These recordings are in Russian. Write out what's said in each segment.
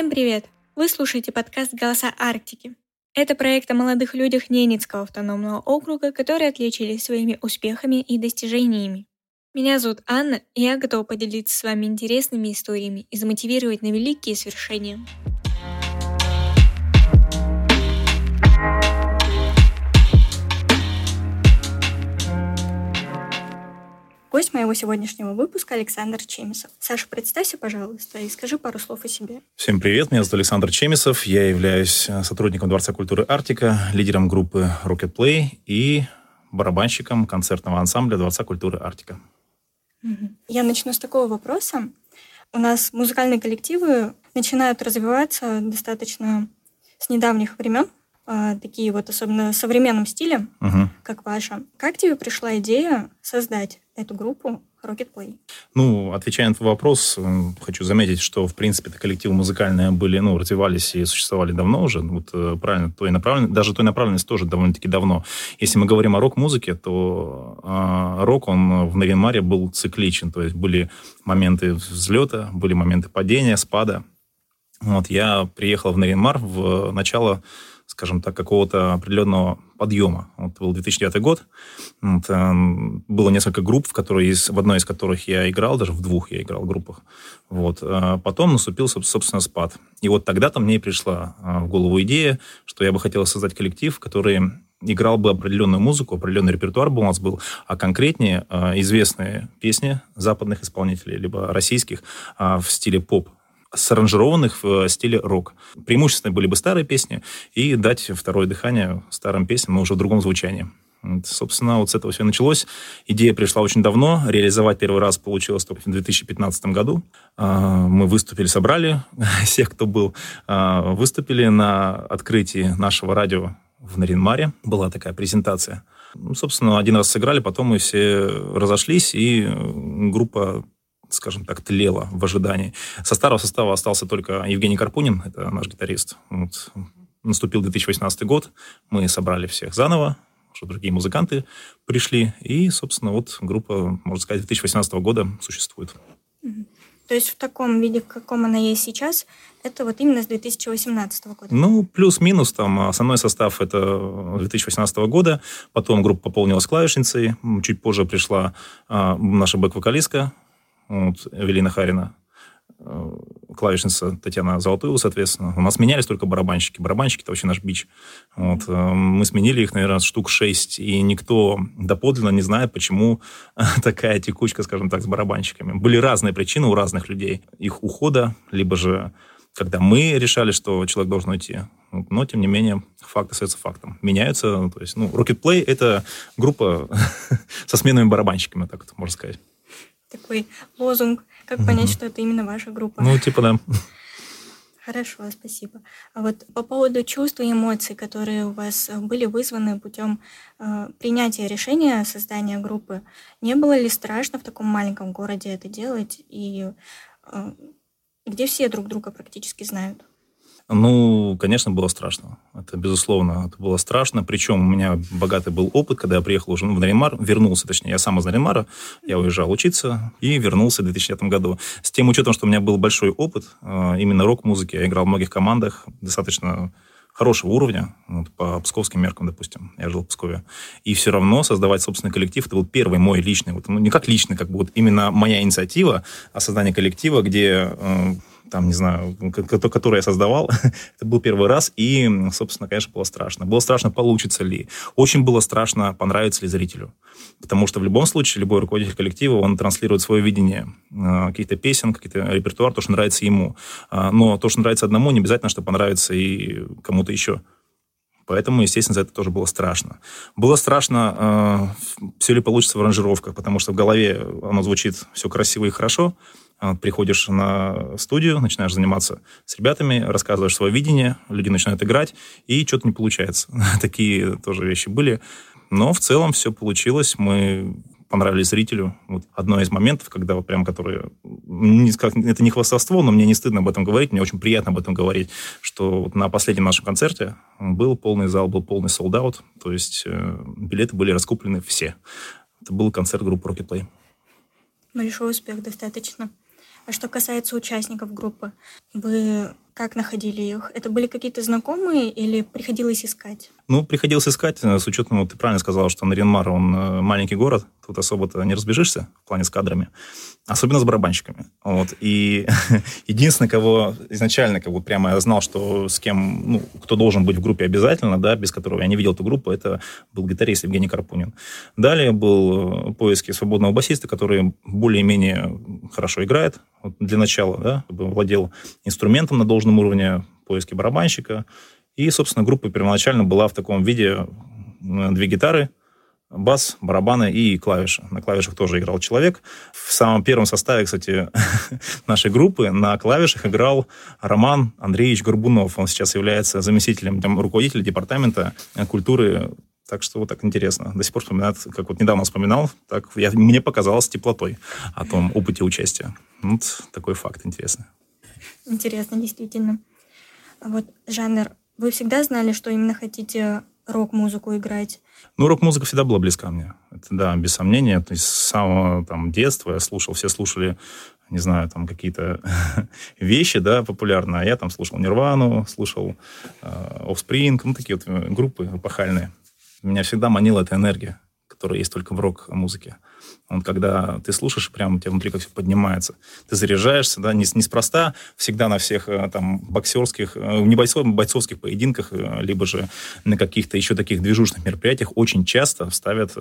Всем привет! Вы слушаете подкаст «Голоса Арктики». Это проект о молодых людях Ненецкого автономного округа, которые отличились своими успехами и достижениями. Меня зовут Анна, и я готова поделиться с вами интересными историями и замотивировать на великие свершения. Гость моего сегодняшнего выпуска Александр Чемисов. Саша, представься, пожалуйста, и скажи пару слов о себе. Всем привет, меня зовут Александр Чемисов. Я являюсь сотрудником Дворца культуры «Арктика», лидером группы Rocket Play и барабанщиком концертного ансамбля Дворца культуры «Арктика». Я начну с такого вопроса. У нас музыкальные коллективы начинают развиваться достаточно с недавних времен, такие вот особенно в современном стиле, как ваша. Как тебе пришла идея создать эту группу Rocket Play? Отвечая на твой вопрос, хочу заметить, что, в принципе, коллективы музыкальные были, развивались и существовали давно уже. Правильно, даже той направленности тоже довольно-таки давно. Если мы говорим о рок-музыке, то рок, он в Нарьян-Маре был цикличен. То есть были моменты взлета, были моменты падения, спада. Я приехал в Нарьян-Мар в начало, скажем так, какого-то определенного подъема. Был 2009 год. Было несколько групп, в одной из которых я играл, даже в двух я играл в группах. Потом наступил, собственно, спад. И тогда-то мне пришла в голову идея, что я бы хотел создать коллектив, который играл бы определенную музыку, определенный репертуар бы у нас был, а конкретнее известные песни западных исполнителей, либо российских в стиле поп, саранжированных в стиле рок. Преимущественно были бы старые песни, и дать второе дыхание старым песням, но уже в другом звучании. Собственно, с этого все началось. Идея пришла очень давно. Реализовать первый раз получилось только в 2015 году. Мы выступили, собрали всех, кто был. Выступили на открытии нашего радио в Нарьян-Маре. Была такая презентация. Собственно, один раз сыграли, потом мы все разошлись, и группа, скажем так, тлела в ожидании. Со старого состава остался только Евгений Карпунин, это наш гитарист. Наступил 2018 год, мы собрали всех заново, уже другие музыканты пришли, и, собственно, группа, можно сказать, 2018 года существует. То есть в таком виде, в каком она есть сейчас, это именно с 2018 года? Плюс-минус, основной состав это 2018 года, потом группа пополнилась клавишницей, чуть позже пришла наша бэк-вокалистка, Эвелина Харина, клавишница Татьяна Золотуева, соответственно. У нас менялись только барабанщики. Барабанщики — это вообще наш бич. Мы сменили их, наверное, штук 6, и никто доподлинно не знает, почему такая текучка, скажем так, с барабанщиками. Были разные причины у разных людей. Их ухода, либо же когда мы решали, что человек должен уйти. Но, тем не менее, факт остается фактом. Меняются. То есть, Rocket Play — это группа со сменными барабанщиками, так это можно сказать. Такой лозунг. Как понять, что это именно ваша группа? Да. Хорошо, спасибо. А по поводу чувств и эмоций, которые у вас были вызваны путем принятия решения создания группы, не было ли страшно в таком маленьком городе это делать, и где все друг друга практически знают? Конечно, было страшно. Это, безусловно, это было страшно. Причем у меня богатый был опыт, когда я приехал уже в Нарьян-Мар, вернулся, точнее, я сам из Нарьян-Мара, я уезжал учиться и вернулся в 2009 году. С тем учетом, что у меня был большой опыт именно рок-музыки, я играл в многих командах, достаточно хорошего уровня, по псковским меркам, допустим, я жил в Пскове. И все равно создавать собственный коллектив, это был первый мой личный, не как личный, именно моя инициатива, а создание коллектива, где который я создавал, это был первый раз, и, собственно, конечно, было страшно. Было страшно, получится ли. Очень было страшно, понравится ли зрителю. Потому что в любом случае любой руководитель коллектива, он транслирует свое видение каких-то песен, каких-то репертуар, то, что нравится ему. Но то, что нравится одному, не обязательно, что понравится и кому-то еще. Поэтому, естественно, за это тоже было страшно. Было страшно, все ли получится в аранжировках, потому что в голове оно звучит все красиво и хорошо. Приходишь на студию, начинаешь заниматься с ребятами, рассказываешь свое видение, люди начинают играть, и что-то не получается. Такие тоже вещи были. Но в целом все получилось. Мы понравились зрителю. Одно из моментов, когда которые... Это не хвастовство, но мне не стыдно об этом говорить, мне очень приятно об этом говорить, что на последнем нашем концерте был полный зал, был полный солд-аут, то есть билеты были раскуплены все. Это был концерт группы Rocket Play. Большой успех достаточно. А что касается участников группы, вы Как находили их? Это были какие-то знакомые или приходилось искать? Ну, приходилось искать, с учетом, вот ты правильно сказал, что Нарьян-Мар, он маленький город, тут особо-то не разбежишься в плане с кадрами, особенно с барабанщиками. Вот. И единственное, кого изначально как бы прямо я знал, что с кем, ну, кто должен быть в группе обязательно, да, без которого я не видел эту группу, это был гитарист Евгений Карпунин. Далее был поиски свободного басиста, который более-менее хорошо играет, вот для начала, да, владел инструментом на должном уровне, поиски барабанщика. И, собственно, группа первоначально была в таком виде: 2 гитары, бас, барабаны и клавиши. На клавишах тоже играл человек. В самом первом составе, кстати, нашей группы на клавишах играл Роман Андреевич Горбунов. Он сейчас является заместителем руководителя департамента культуры. Так что вот так интересно. До сих пор вспоминают, как вот недавно вспоминал, так мне показалось теплотой о том опыте участия. Вот такой факт интересный. Интересно, действительно. А вот жанр. Вы всегда знали, что именно хотите рок-музыку играть? Ну, рок-музыка всегда была близка мне. Это, да, без сомнения. То есть с самого детства я слушал, все слушали, не знаю, там какие-то вещи, да, популярные. А я там слушал Нирвану, слушал Offspring, ну, такие вот группы эпохальные. Меня всегда манила эта энергия, которая есть только в рок-музыке. Вот когда ты слушаешь, прям у тебя внутри как все поднимается. Ты заряжаешься, да, неспроста всегда на всех там боксерских, бойцовских поединках, либо же на каких-то еще таких движущих мероприятиях очень часто ставят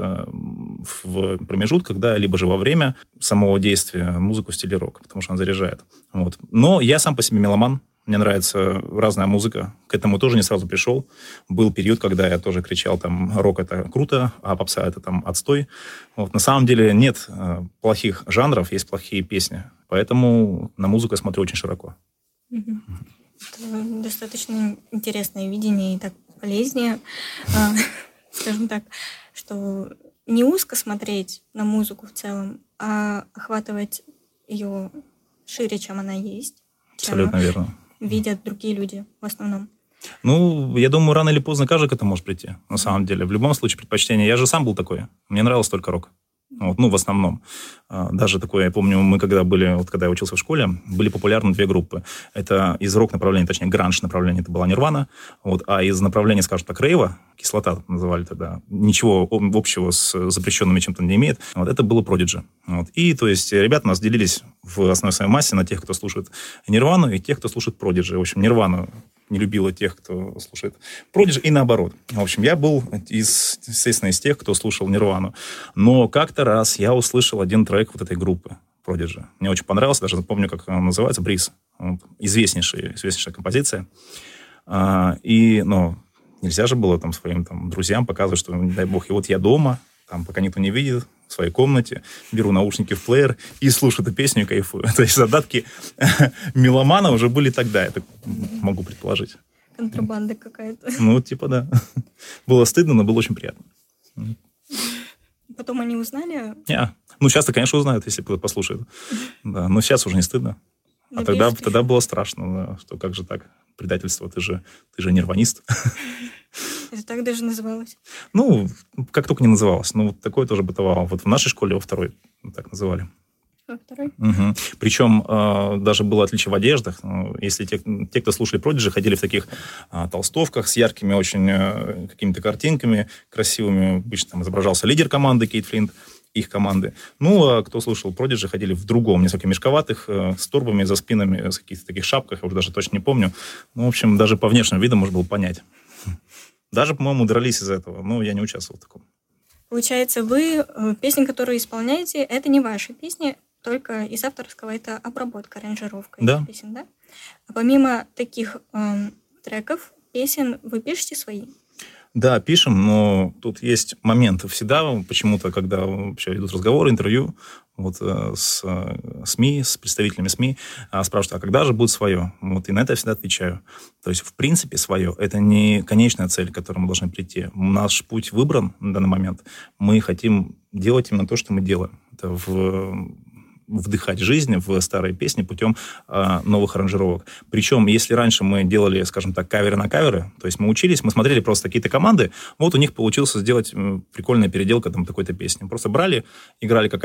в промежутках, да, либо же во время самого действия музыку в стиле рок, потому что она заряжает. Вот. Но я сам по себе меломан. Мне нравится разная музыка. К этому тоже не сразу пришел. Был период, когда я тоже кричал, там, рок — это круто, а попса — это там отстой. Вот. На самом деле нет плохих жанров, есть плохие песни. Поэтому на музыку я смотрю очень широко. Это достаточно интересное видение и так полезнее. Скажем так, что не узко смотреть на музыку в целом, а охватывать ее шире, чем она есть. Абсолютно верно. Видят другие люди в основном. Ну, я думаю, рано или поздно каждый к этому может прийти, на самом деле. В любом случае, предпочтение. Я же сам был такой. Мне нравился только рок. Вот, ну, в основном. Даже такое, я помню, мы когда были, вот когда я учился в школе, были популярны 2 группы. Это из рок-направления, точнее, гранж-направления, это была Нирвана. Вот, а из направления, скажем так, рейва, кислота называли тогда, ничего общего с запрещенными чем-то не имеет. Вот, это было Prodigy. Вот. И, то есть, ребята у нас делились в основной своей массе на тех, кто слушает Нирвану, и тех, кто слушает Prodigy. В общем, Нирвану не любила тех, кто слушает Prodigy, и наоборот. В общем, я был, естественно, из тех, кто слушал Нирвану. Но как-то раз я услышал один трек вот этой группы Prodigy. Мне очень понравился, даже помню, как он называется, «Бриз». Известнейшая композиция. Но нельзя же было там своим друзьям показывать, что, не дай бог, и вот я дома, там, пока никто не видит, в своей комнате, беру наушники в плеер и слушаю эту песню и кайфую. То есть задатки меломана уже были тогда, я так могу предположить. Контрабанда какая-то. Ну, типа, да. Было стыдно, но было очень приятно. Потом они узнали? Ну, сейчас-то, конечно, узнают, если кто-то послушает. Да, но сейчас уже не стыдно. А тогда было страшно, да, что как же так, предательство, ты же нирванист. Это так даже называлось? Ну, как только не называлось. Ну, вот такое тоже бытовало. Вот в нашей школе во второй так называли. Во второй? Угу. Причем даже было отличие в одеждах. Если те, кто слушали Prodigy, ходили в таких толстовках с яркими очень какими-то картинками красивыми. Обычно там изображался лидер команды Кейт Флинт, их команды. Ну, а кто слушал Prodigy, ходили в другом, несколько мешковатых, с торбами за спинами, с каких-то таких шапках, я уже даже точно не помню. Ну, в общем, даже по внешнему виду можно было понять. Даже, по-моему, дрались из-за этого, но я не участвовал в таком. Получается, вы песни, которые исполняете, это не ваши песни, только из авторского, это обработка, аранжировка этих песен, да? А помимо таких треков, песен, вы пишете свои? Да, пишем, но тут есть моменты всегда, почему-то, когда вообще идут разговоры, интервью вот, с СМИ, с представителями СМИ, спрашивают, а когда же будет свое? Вот, и на это я всегда отвечаю. То есть, в принципе, свое — это не конечная цель, к которой мы должны прийти. Наш путь выбран на данный момент. Мы хотим делать именно то, что мы делаем. Это вдыхать жизнь в старые песни путем новых аранжировок. Причем, если раньше мы делали, скажем так, каверы на каверы, то есть мы учились, мы смотрели просто какие-то команды, вот у них получилось сделать прикольная переделка там такой-то песни. Просто брали, играли как они,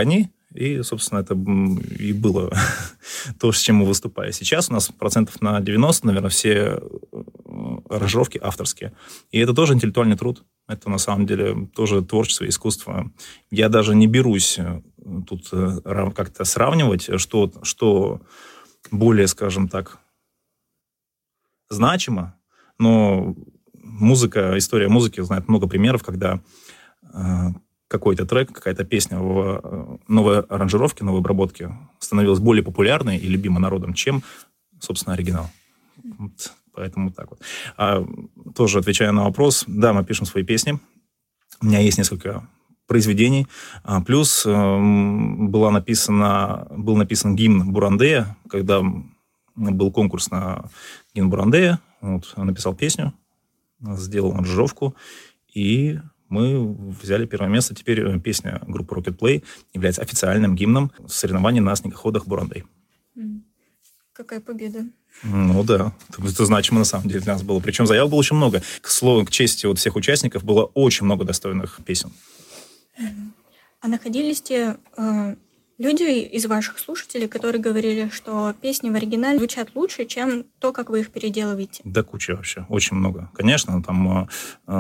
И, собственно, это и было то, с чем мы выступали. Сейчас у нас процентов на 90, наверное, все аранжировки авторские. И это тоже интеллектуальный труд. Это, на самом деле, тоже творчество, искусство. Я даже не берусь тут как-то сравнивать, что более, скажем так, значимо. Но история музыки знает много примеров, когда какой-то трек, какая-то песня в новой аранжировке, новой обработке становилась более популярной и любима народом, чем, собственно, оригинал. Вот, поэтому так вот. Тоже отвечая на вопрос, да, мы пишем свои песни. У меня есть несколько произведений. Плюс был написан гимн Бурандея, когда был конкурс на гимн Бурандея. Вот, написал песню, сделал аранжировку, и мы взяли первое место. Теперь песня группы Rocket Play является официальным гимном соревнований на снегоходах Бурандей. Какая победа. Ну да, это значимо на самом деле для нас было. Причем заявок было очень много. К слову, к чести всех участников было очень много достойных песен. А находились те люди из ваших слушателей, которые говорили, что песни в оригинале звучат лучше, чем то, как вы их переделываете? Да куча вообще, очень много. Конечно, там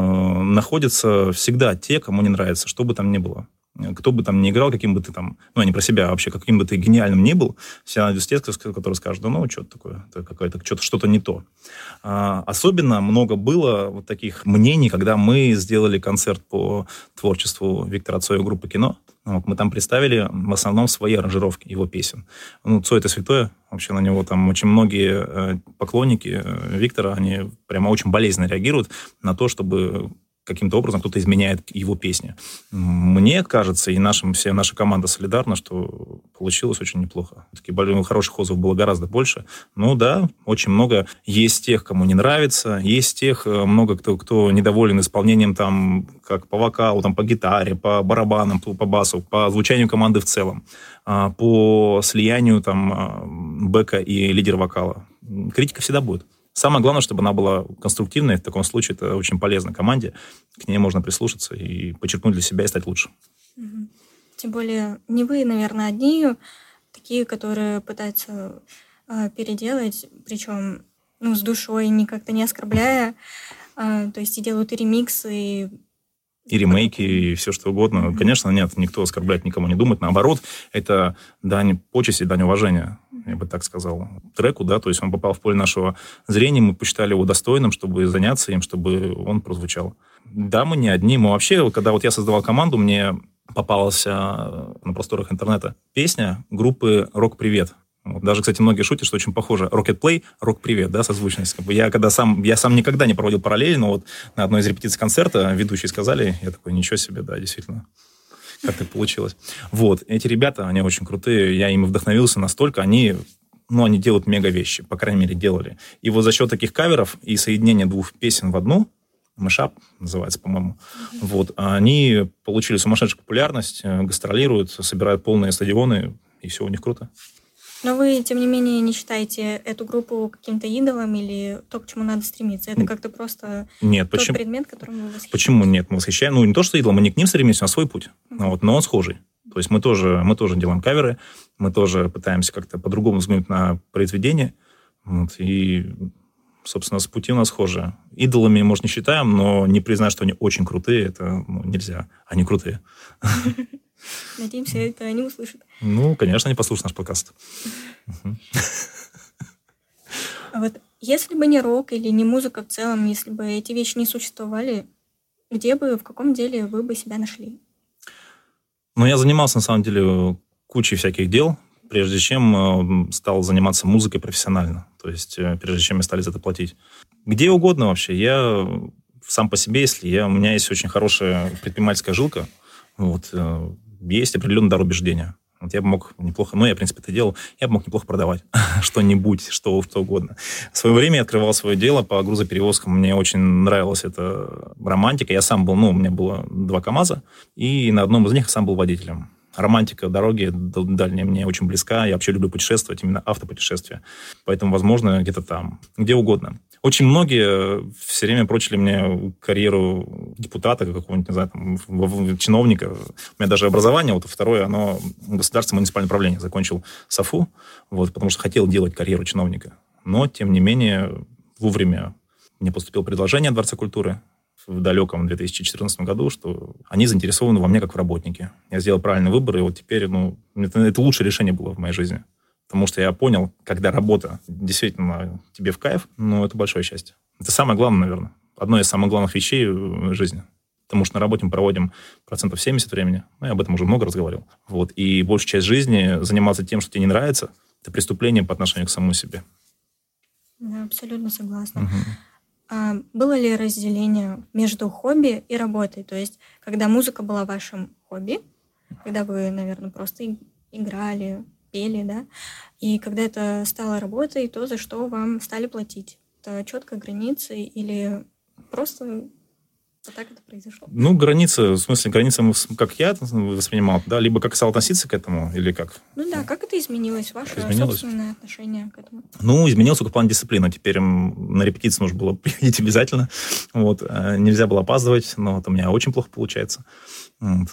находятся всегда те, кому не нравится, что бы там ни было. Кто бы там ни играл, каким бы ты там, не про себя, а вообще, каким бы ты гениальным ни был, все найдутся те, которые скажут, что-то такое, это какое-то, что-то не то. Особенно много было вот таких мнений, когда мы сделали концерт по творчеству Виктора Цоя группы «Кино». Мы там представили в основном свои аранжировки его песен. Цой — это святое. Вообще на него там очень многие поклонники Виктора, они прямо очень болезненно реагируют на то, чтобы каким-то образом кто-то изменяет его песни. Мне кажется, и вся наша команда солидарна, что получилось очень неплохо. Таких хороших отзывов было гораздо больше. Да, очень много есть тех, кому не нравится, есть тех, много кто недоволен исполнением там, как по вокалу, там, по гитаре, по барабанам, по басу, по звучанию команды в целом, по слиянию там бэка и лидера вокала. Критика всегда будет. Самое главное, чтобы она была конструктивной. В таком случае это очень полезно команде. К ней можно прислушаться и подчеркнуть для себя и стать лучше. Тем более не вы, наверное, одни такие, которые пытаются переделать, причем с душой, как-то не оскорбляя. То есть и делают и ремиксы, и ремейки, и все что угодно. Конечно, нет, никто оскорблять никому не думает. Наоборот, это дань почести, дань уважения, я бы так сказал, треку, да, то есть он попал в поле нашего зрения, мы посчитали его достойным, чтобы заняться им, чтобы он прозвучал. Да, мы не одни, мы вообще, когда я создавал команду, мне попалась на просторах интернета песня группы «Рок Привет». Даже, кстати, многие шутят, что очень похоже. Rocket Play, Рок Привет, да, созвучность. Я сам никогда не проводил параллели, но на одной из репетиций концерта ведущие сказали, я такой, ничего себе, да, действительно, как так получилось. Эти ребята, они очень крутые, я ими вдохновился настолько, они делают мега вещи, по крайней мере, делали. И за счет таких каверов и соединения двух песен в одну, мешап называется, по-моему, они получили сумасшедшую популярность, гастролируют, собирают полные стадионы, и все у них круто. Но вы, тем не менее, не считаете эту группу каким-то идолом или то, к чему надо стремиться? Это как-то просто тот предмет, которым вы восхищаетесь? Почему нет? Мы восхищаем. Не то, что идолом, мы не к ним стремимся, а свой путь. Но он схожий. То есть мы тоже делаем каверы, мы тоже пытаемся как-то по-другому взглянуть на произведение. И, собственно, с пути у нас схожи. Идолами, может, не считаем, но не признать, что они очень крутые, это нельзя. Они крутые. Надеемся, это они услышат. Конечно, они послушают наш подкаст. Если бы не рок или не музыка в целом, если бы эти вещи не существовали, в каком деле вы бы себя нашли? Я занимался, на самом деле, кучей всяких дел, прежде чем стал заниматься музыкой профессионально. То есть, прежде чем мне стали за это платить. Где угодно вообще. Я сам по себе, у меня есть очень хорошая предпринимательская жилка, есть определенный дар убеждения. Я бы мог неплохо, я, в принципе, это делал, я бы мог неплохо продавать что-нибудь, что угодно. В свое время я открывал свое дело по грузоперевозкам, мне очень нравилась эта романтика. Я сам был, у меня было 2 КАМАЗа, и на одном из них я сам был водителем. Романтика дороги дальняя мне очень близка, я вообще люблю путешествовать, именно автопутешествия. Поэтому, возможно, где-то там, где угодно. Очень многие все время прочили мне карьеру депутата, какого-нибудь, не знаю, там, чиновника. У меня даже образование, вот второе, оно государственное муниципальное управление. Закончил САФУ, вот, потому что хотел делать карьеру чиновника. Но, тем не менее, вовремя мне поступило предложение от Дворца культуры в далеком 2014 году, что они заинтересованы во мне как в работнике. Я сделал правильный выбор, и вот теперь, это лучшее решение было в моей жизни. Потому что я понял, когда работа действительно тебе в кайф, это большое счастье. Это самое главное, наверное. Одно из самых главных вещей в жизни. Потому что на работе мы проводим 70% времени. Я об этом уже много разговаривал. Вот. И большую часть жизни заниматься тем, что тебе не нравится, это преступление по отношению к самому себе. Да, абсолютно согласна. Угу. А было ли разделение между хобби и работой? То есть, когда музыка была вашим хобби, когда вы, наверное, просто играли, пели, да, и когда это стало работой, то за что вам стали платить? Это четкая граница или просто вот так это произошло? Граница, в смысле, граница, как я воспринимал, да, либо как стал относиться к этому, или как? Как это изменилось, ваше собственное отношение к этому? Изменилось только в плане дисциплины. Теперь на репетицию нужно было приходить обязательно. Вот. Нельзя было опаздывать, но это у меня очень плохо получается. Вот.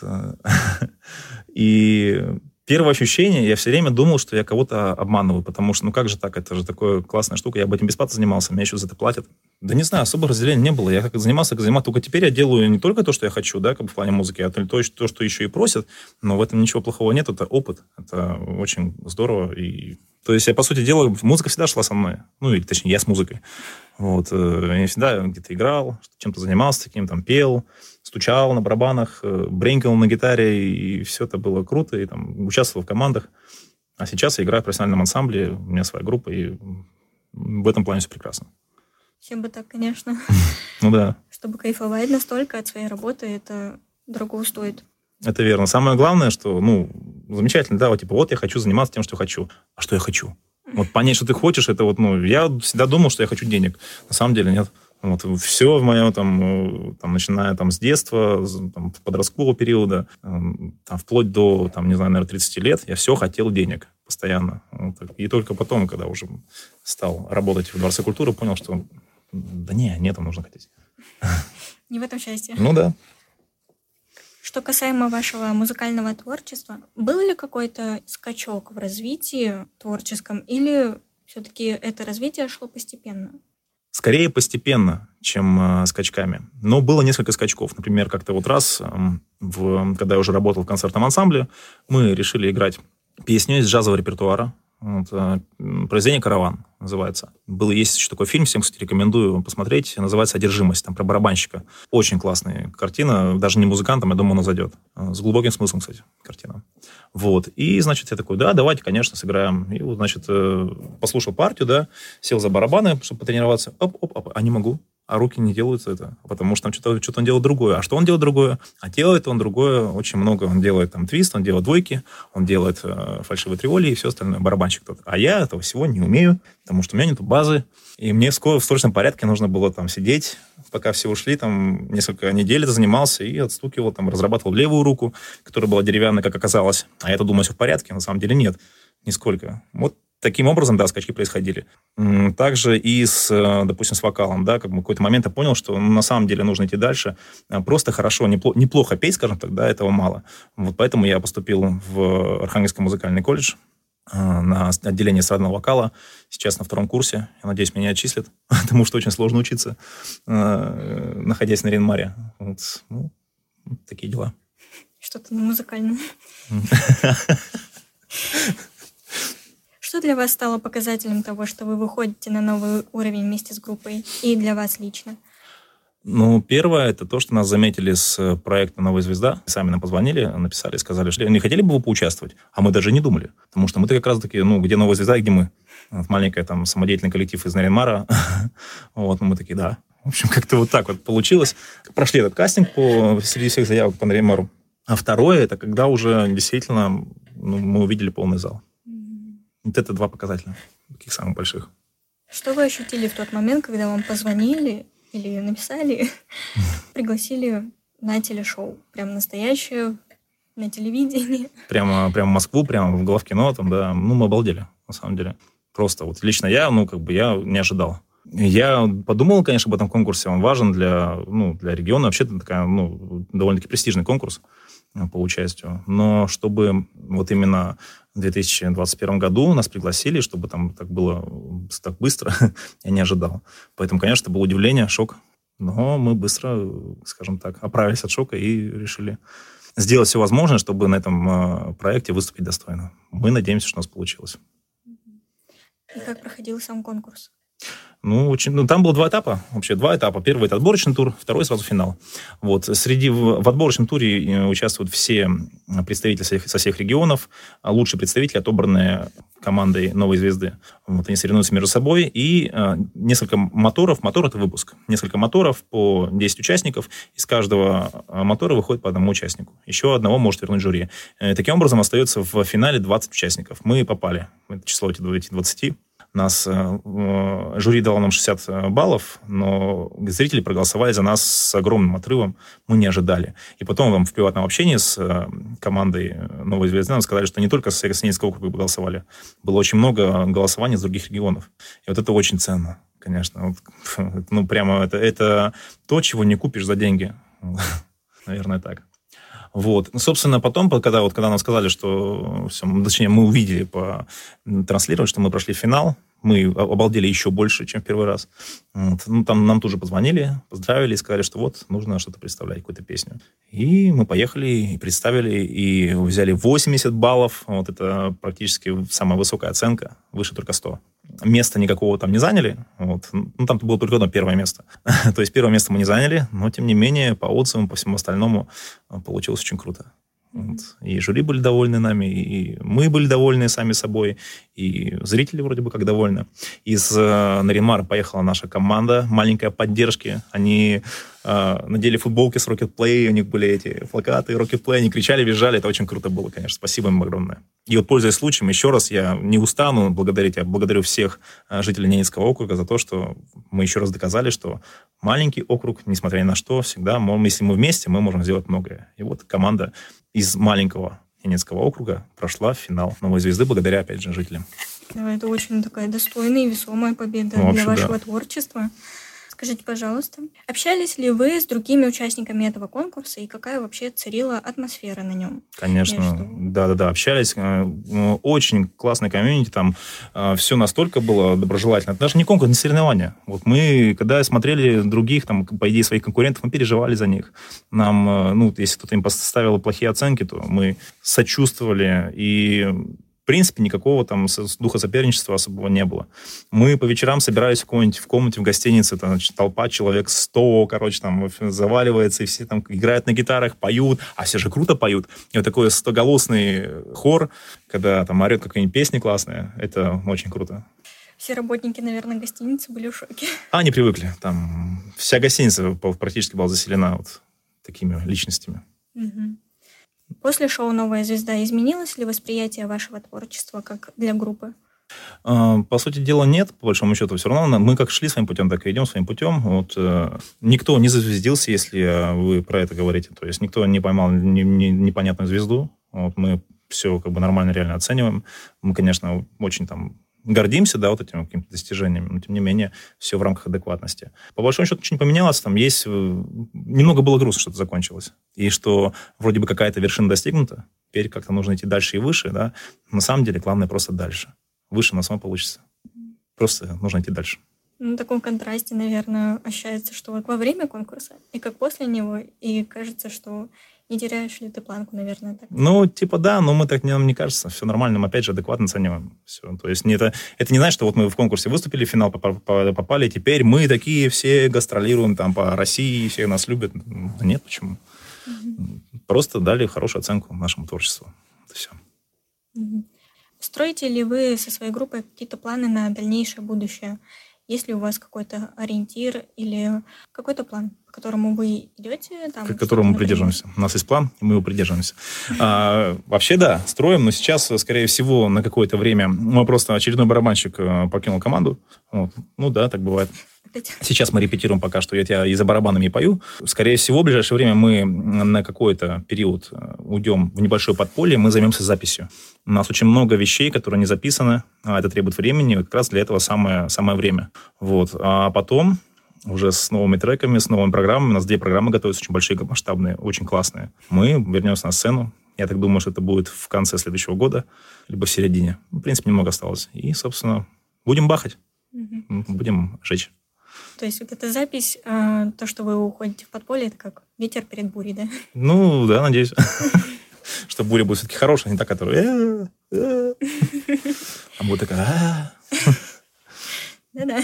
И первое ощущение, я все время думал, что я кого-то обманываю, потому что, как же так, это же такая классная штука, я об этом бесплатно занимался, мне еще за это платят. Да не знаю, особого разделения не было, я как занимался, только теперь я делаю не только то, что я хочу, да, как бы в плане музыки, а то, что еще и просят, но в этом ничего плохого нет, это опыт, это очень здорово, и... То есть я, по сути дела, музыка всегда шла со мной, или, точнее, я с музыкой. Вот, я всегда где-то играл, чем-то занимался, таким там пел, стучал на барабанах, бренькал на гитаре, и все это было круто, и там участвовал в командах. А сейчас я играю в профессиональном ансамбле, у меня своя группа, и в этом плане все прекрасно. Всем бы так, конечно. Да. Чтобы кайфовать настолько от своей работы, это дорого стоит. Это верно. Самое главное, что, замечательно, да, вот я хочу заниматься тем, что хочу. А что я хочу? Вот понять, что ты хочешь, это я всегда думал, что я хочу денег. На самом деле нет. Вот, все в моем, начиная с детства, подросткового периода, вплоть до, наверное, 30 лет, я все хотел денег постоянно. Вот, и только потом, когда уже стал работать в Дворце культуры, понял, что нет, нужно хотеть. Не в этом счастье. Да. Что касаемо вашего музыкального творчества, был ли какой-то скачок в развитии творческом, или все-таки это развитие шло постепенно? Скорее постепенно, чем скачками. Но было несколько скачков. Например, как-то раз, когда я уже работал в концертном ансамбле, мы решили играть песню из джазового репертуара. Произведение «Караван» называется. Есть еще такой фильм, всем, кстати, рекомендую посмотреть. Называется «Одержимость», там про барабанщика. Очень классная картина, даже не музыкантом, я думаю, она зайдет. С глубоким смыслом, кстати, картина. Вот. И, значит, я такой, давайте, конечно, сыграем. И, значит, послушал партию, да, сел за барабаны, чтобы потренироваться. Оп, а не могу. А руки не делают это, потому что там что-то он делает другое. А что он делает другое? А делает он другое очень много. Он делает твист, он делает двойки, он делает фальшивые триоли и все остальное. Барабанщик тот. А я этого всего не умею, потому что у меня нету базы. И мне в срочном порядке нужно было сидеть, пока все ушли, несколько недель занимался и отстукивал, разрабатывал левую руку, которая была деревянная, как оказалось. А я-то думаю, все в порядке. На самом деле нет, нисколько. Вот таким образом, да, скачки происходили. Также и допустим, с вокалом, да, в какой-то момент я понял, что на самом деле нужно идти дальше. Просто хорошо, неплохо петь, скажем так, да, этого мало. Вот поэтому я поступил в Архангельский музыкальный колледж на отделение эстрадного вокала. Сейчас на 2 курсе. Я надеюсь, меня отчислят, потому что очень сложно учиться, находясь на Рин-Маре. Вот такие дела. Что-то на музыкальном. Что для вас стало показателем того, что вы выходите на новый уровень вместе с группой и для вас лично? Первое, это то, что нас заметили с проекта «Новая звезда». Сами нам позвонили, написали, сказали, что не хотели бы вы поучаствовать? А мы даже не думали. Потому что мы-то как раз-таки, где «Новая звезда», где мы? Маленькая самодеятельный коллектив из Нарьян-Мара. Вот, мы такие, да. В общем, как-то вот так вот получилось. Прошли этот кастинг среди всех заявок по Нарьян-Мару. А второе, это когда уже действительно мы увидели полный зал. Вот это 2 показателя, таких самых больших. Что вы ощутили в тот момент, когда вам позвонили или написали, пригласили на телешоу? Прям настоящее, на телевидении? Прямо в Москву, прямо в Главкино, да. Мы обалдели, на самом деле. Просто лично я, я не ожидал. Я подумал, конечно, об этом конкурсе. Он важен для региона. Вообще, это такая, довольно-таки престижный конкурс по участию. Но чтобы вот именно в 2021 году нас пригласили, чтобы там так было так быстро, я не ожидал. Поэтому, конечно, это было удивление, шок. Но мы быстро, скажем так, оправились от шока и решили сделать все возможное, чтобы на этом проекте выступить достойно. Мы надеемся, что у нас получилось. И как проходил сам конкурс? Там было два этапа. Первый — это отборочный тур, второй — сразу финал. В отборочном туре участвуют все представители со всех регионов, лучшие представители, отобранные командой «Новой звезды». Они соревнуются между собой, и несколько моторов. Мотор — это выпуск. Несколько моторов по 10 участников. Из каждого мотора выходит по одному участнику. Еще одного может вернуть жюри. Таким образом, остается в финале 20 участников. Мы попали в это число этих 20. Жюри дало нам 60 баллов, но зрители проголосовали за нас с огромным отрывом. Мы не ожидали. И потом в приватном общении с командой «Новой звезды» нам сказали, что не только с Сенинского округа голосовали. Было очень много голосований из других регионов. И это очень ценно, конечно. Это то, чего не купишь за деньги. Наверное, так. Собственно, потом, когда нам сказали, что мы увидели по транслированию, что мы прошли финал, мы обалдели еще больше, чем в первый раз. Там нам тут же позвонили, поздравили и сказали, что нужно что-то представлять, какую-то песню. И мы поехали, и представили, и взяли 80 баллов. Это практически самая высокая оценка, выше только 100. Места никакого там не заняли. Там было только одно первое место. То есть первое место мы не заняли, но, тем не менее, по отзывам, по всему остальному получилось очень круто. И жюри были довольны нами, и мы были довольны сами собой, и зрители вроде бы как довольны. Из Нарьян-Мара поехала наша команда, маленькая поддержки. Они надели футболки с Rocket Play, у них были эти плакаты Rocket Play, они кричали, визжали. Это очень круто было, конечно. Спасибо им огромное. И пользуясь случаем, еще раз я не устану благодарить. Я благодарю всех жителей Ненецкого округа за то, что мы еще раз доказали, что маленький округ, несмотря ни на что, всегда, если мы вместе, мы можем сделать многое. И команда из маленького Ненецкого округа прошла в финал «Новой звезды» благодаря, опять же, жителям. Это очень такая достойная и весомая победа для вашего творчества. Скажите, пожалуйста, общались ли вы с другими участниками этого конкурса и какая вообще царила атмосфера на нем? Конечно, да, общались. Очень классный комьюнити, там все настолько было доброжелательно. Даже не конкурс, не соревнования. Мы, когда смотрели других, по идее, своих конкурентов, мы переживали за них. Нам, если кто-то им поставил плохие оценки, то мы сочувствовали и... В принципе, никакого духа соперничества особого не было. Мы по вечерам собирались в комнате в гостинице, толпа, человек 100, заваливается, и все играют на гитарах, поют, а все же круто поют. И такой стоголосный хор, когда орет какая-нибудь песня классная, это очень круто. Все работники, наверное, гостиницы были в шоке. Они привыкли. Вся гостиница практически была заселена такими личностями. Угу. После шоу «Новая звезда» изменилось ли восприятие вашего творчества как для группы? По сути дела, нет. По большому счету, все равно мы как шли своим путем, так и идем своим путем. Никто не зазвездился, если вы про это говорите. То есть никто не поймал непонятную звезду. Мы все нормально, реально оцениваем. Мы, конечно, очень гордимся, этими какими-то достижениями, но, тем не менее, все в рамках адекватности. По большому счету, ничего не поменялось. Немного было грустно, что это закончилось. И что вроде бы какая-то вершина достигнута, теперь как-то нужно идти дальше и выше, да. На самом деле, главное просто дальше. Выше у нас само получится. Просто нужно идти дальше. На таком контрасте, наверное, ощущается, что во время конкурса и как после него, и кажется, что не теряешь ли ты планку, наверное, так? Да, но нам не кажется. Все нормально, мы опять же адекватно оцениваем. Все. То есть это не значит, что мы в конкурсе выступили, в финал попали, теперь мы такие все гастролируем по России, все нас любят. Нет, почему? Угу. Просто дали хорошую оценку нашему творчеству. Это все. Угу. Строите ли вы со своей группой какие-то планы на дальнейшее будущее? Есть ли у вас какой-то ориентир или какой-то план, по которому вы идете? К которому мы придерживаемся. У нас есть план, и мы его придерживаемся. Вообще, да, строим, но сейчас, скорее всего, на какое-то время просто очередной барабанщик покинул команду. Да, так бывает. Сейчас мы репетируем пока что, я и за барабанами пою. Скорее всего, в ближайшее время мы на какой-то период уйдем в небольшое подполье, мы займемся записью. У нас очень много вещей, которые не записаны, а это требует времени, и как раз для этого самое время. Вот. А потом уже с новыми треками, с новыми программами, у нас 2 программы готовятся, очень большие, масштабные, очень классные. Мы вернемся на сцену. Я так думаю, что это будет в конце следующего года, либо в середине. В принципе, немного осталось. И, собственно, будем бахать, будем жечь. То есть вот эта запись, то, что вы уходите в подполье, это как ветер перед бурей, да? Ну, да, надеюсь. Что буря будет все-таки хорошая, не та, которая... А будет такая... Да-да.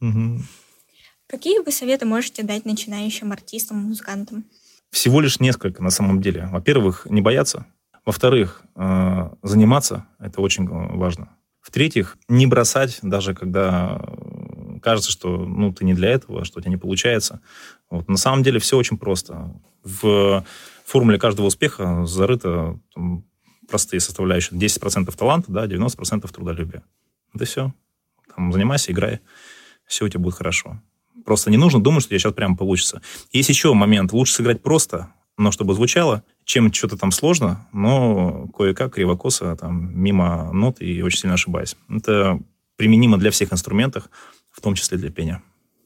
Какие вы советы можете дать начинающим артистам, музыкантам? Всего лишь несколько, на самом деле. Во-первых, не бояться. Во-вторых, заниматься. Это очень важно. В-третьих, не бросать, даже когда кажется, что ты не для этого, что у тебя не получается. Вот. На самом деле все очень просто. В формуле каждого успеха зарыто простые составляющие. 10% таланта, 90% трудолюбия. Это все. Занимайся, играй. Все у тебя будет хорошо. Просто не нужно думать, что сейчас прямо получится. Есть еще момент. Лучше сыграть просто, но чтобы звучало, чем что-то там сложно, но кое-как, криво-косо, мимо нот и очень сильно ошибаясь. Это применимо для всех инструментов, в том числе для пения.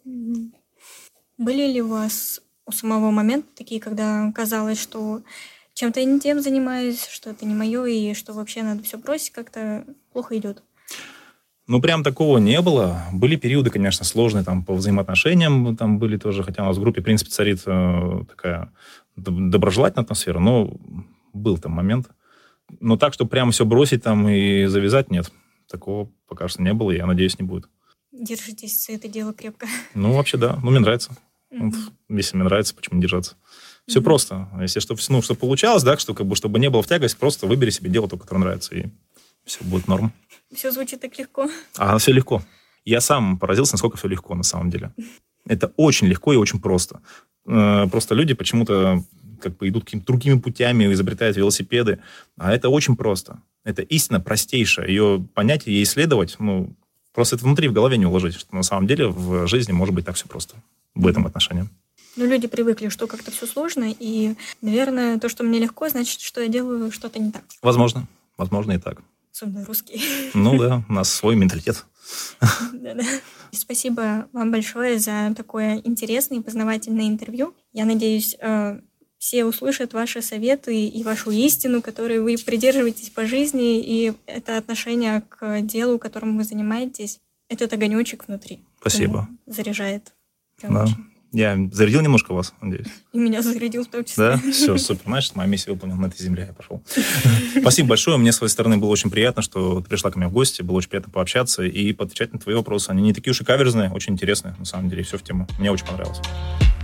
Были ли у вас у самого момента такие, когда казалось, что чем-то я не тем занимаюсь, что это не мое, и что вообще надо все бросить, как-то плохо идет? Прям такого не было. Были периоды, конечно, сложные по взаимоотношениям. Там были тоже, хотя у нас в группе, в принципе, царит такая доброжелательная атмосфера, но был там момент. Но так, что прямо все бросить и завязать, нет. Такого пока что не было, и я надеюсь, не будет. Держитесь за это дело крепко. Вообще, да. Мне нравится. Если мне нравится, почему не держаться? Все просто. Если чтобы получалось, чтобы не было в тягость, просто выбери себе дело, то, которое нравится, и все будет норм. Все звучит так легко. Все легко. Я сам поразился, насколько все легко на самом деле. Это очень легко и очень просто. Просто люди почему-то идут какими-то другими путями, изобретают велосипеды. А это очень просто. Это истина простейшая. Ее понять и исследовать, просто это внутри в голове не уложить, что на самом деле в жизни может быть так все просто в этом отношении. Люди привыкли, что как-то все сложно, и, наверное, то, что мне легко, значит, что я делаю что-то не так. Возможно и так. Особенно русские. Да, у нас свой менталитет. Да-да. Спасибо вам большое за такое интересное и познавательное интервью. Я надеюсь, все услышат ваши советы и вашу истину, которой вы придерживаетесь по жизни, и это отношение к делу, которым вы занимаетесь, этот огонечек внутри. Спасибо. Заряжает. Да. Я зарядил немножко вас, надеюсь. И меня зарядил в том числе. Да? Все, супер. Значит, моя миссия выполнена на этой земле. Я пошел. Спасибо большое. Мне, с своей стороны, было очень приятно, что ты пришла ко мне в гости. Было очень приятно пообщаться и поотвечать на твои вопросы. Они не такие уж и каверзные, очень интересные, на самом деле. Все в тему. Мне очень понравилось.